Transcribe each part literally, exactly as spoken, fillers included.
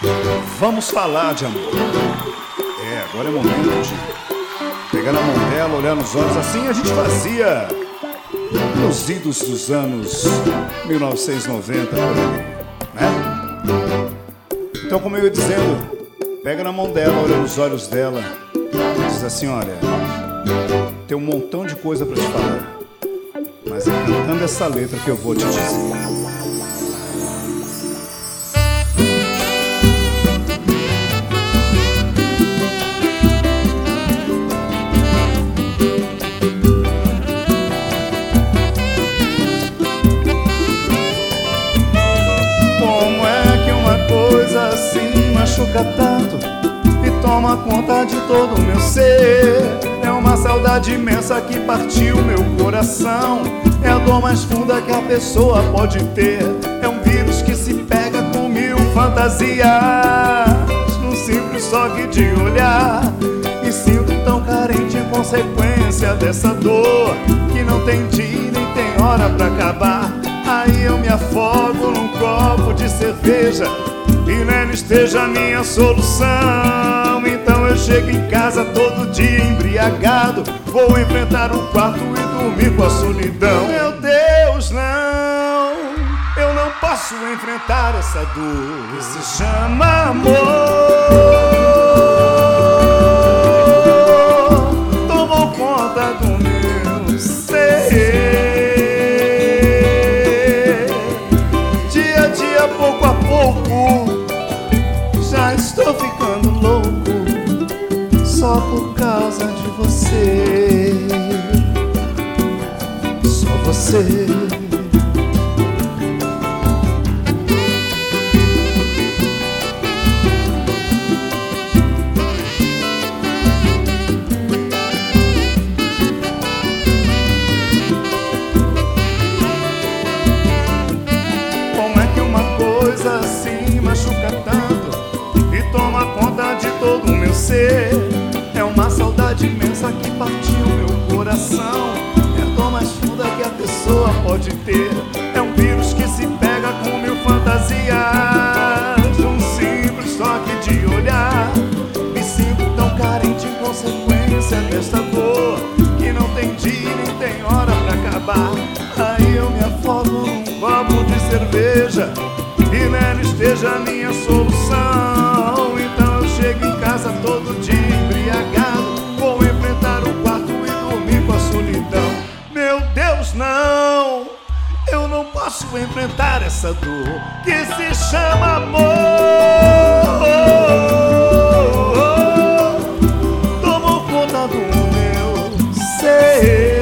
Vamos falar de amor. É, agora é momento de pegar na mão dela, olhar nos olhos. Assim a gente fazia nos idos dos anos mil novecentos e noventa, por aí, né? Então, como eu ia dizendo, pega na mão dela, olha nos olhos dela, diz assim: olha, tem um montão de coisa pra te falar, mas é cantando essa letra que eu vou te dizer. Assim machuca tanto e toma conta de todo o meu ser. É uma saudade imensa que partiu meu coração. É a dor mais funda que a pessoa pode ter. É um vírus que se pega com mil fantasias. Num simples toque de olhar, me sinto tão carente em consequência dessa dor que não tem dia nem tem hora pra acabar. Aí eu me afogo num copo de cerveja e nela esteja a minha solução. Então eu chego em casa todo dia embriagado, vou enfrentar o quarto e dormir com a solidão. Meu Deus, não, eu não posso enfrentar essa dor que se chama amor. Tomou conta do meu ser. Dia a dia, pouco a pouco, já estou ficando louco, só por causa de você. Só você. Como é que uma coisa assim machuca tanto e toma conta de todo o meu ser? É uma saudade imensa que partiu meu coração. É a dor mais funda que a pessoa pode ter. É um vírus que se pega com mil fantasias. Um simples toque de olhar, me sinto tão carente em consequência desta dor que não tem dia nem tem hora pra acabar. Aí eu me afogo num copo de cerveja e nela esteja a minha solução. Então eu chego em casa todo dia embriagado, vou enfrentar o quarto e dormir com a solidão. Meu Deus, não, eu não posso enfrentar essa dor que se chama amor. Tomou conta do meu ser.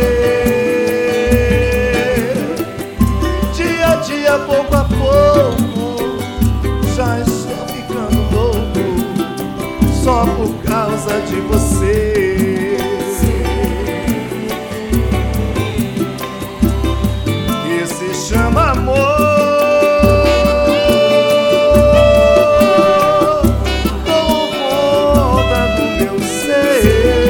Dia a dia, pouco a pouco, já estou ficando louco, só por causa de você. Que se chama amor. Tomou conta do meu ser.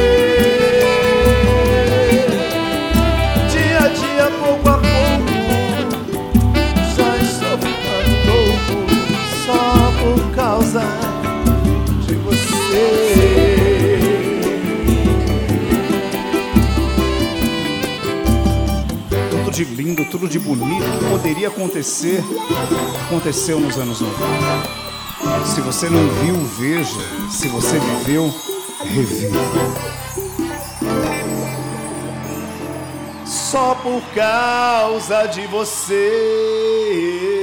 Dia a dia, pouco a pouco, já estou ficando louco, só por causa de você. Tudo de lindo, tudo de bonito que poderia acontecer, aconteceu nos anos noventa. Se você não viu, veja. Se você viveu, reviva. Só por causa de você.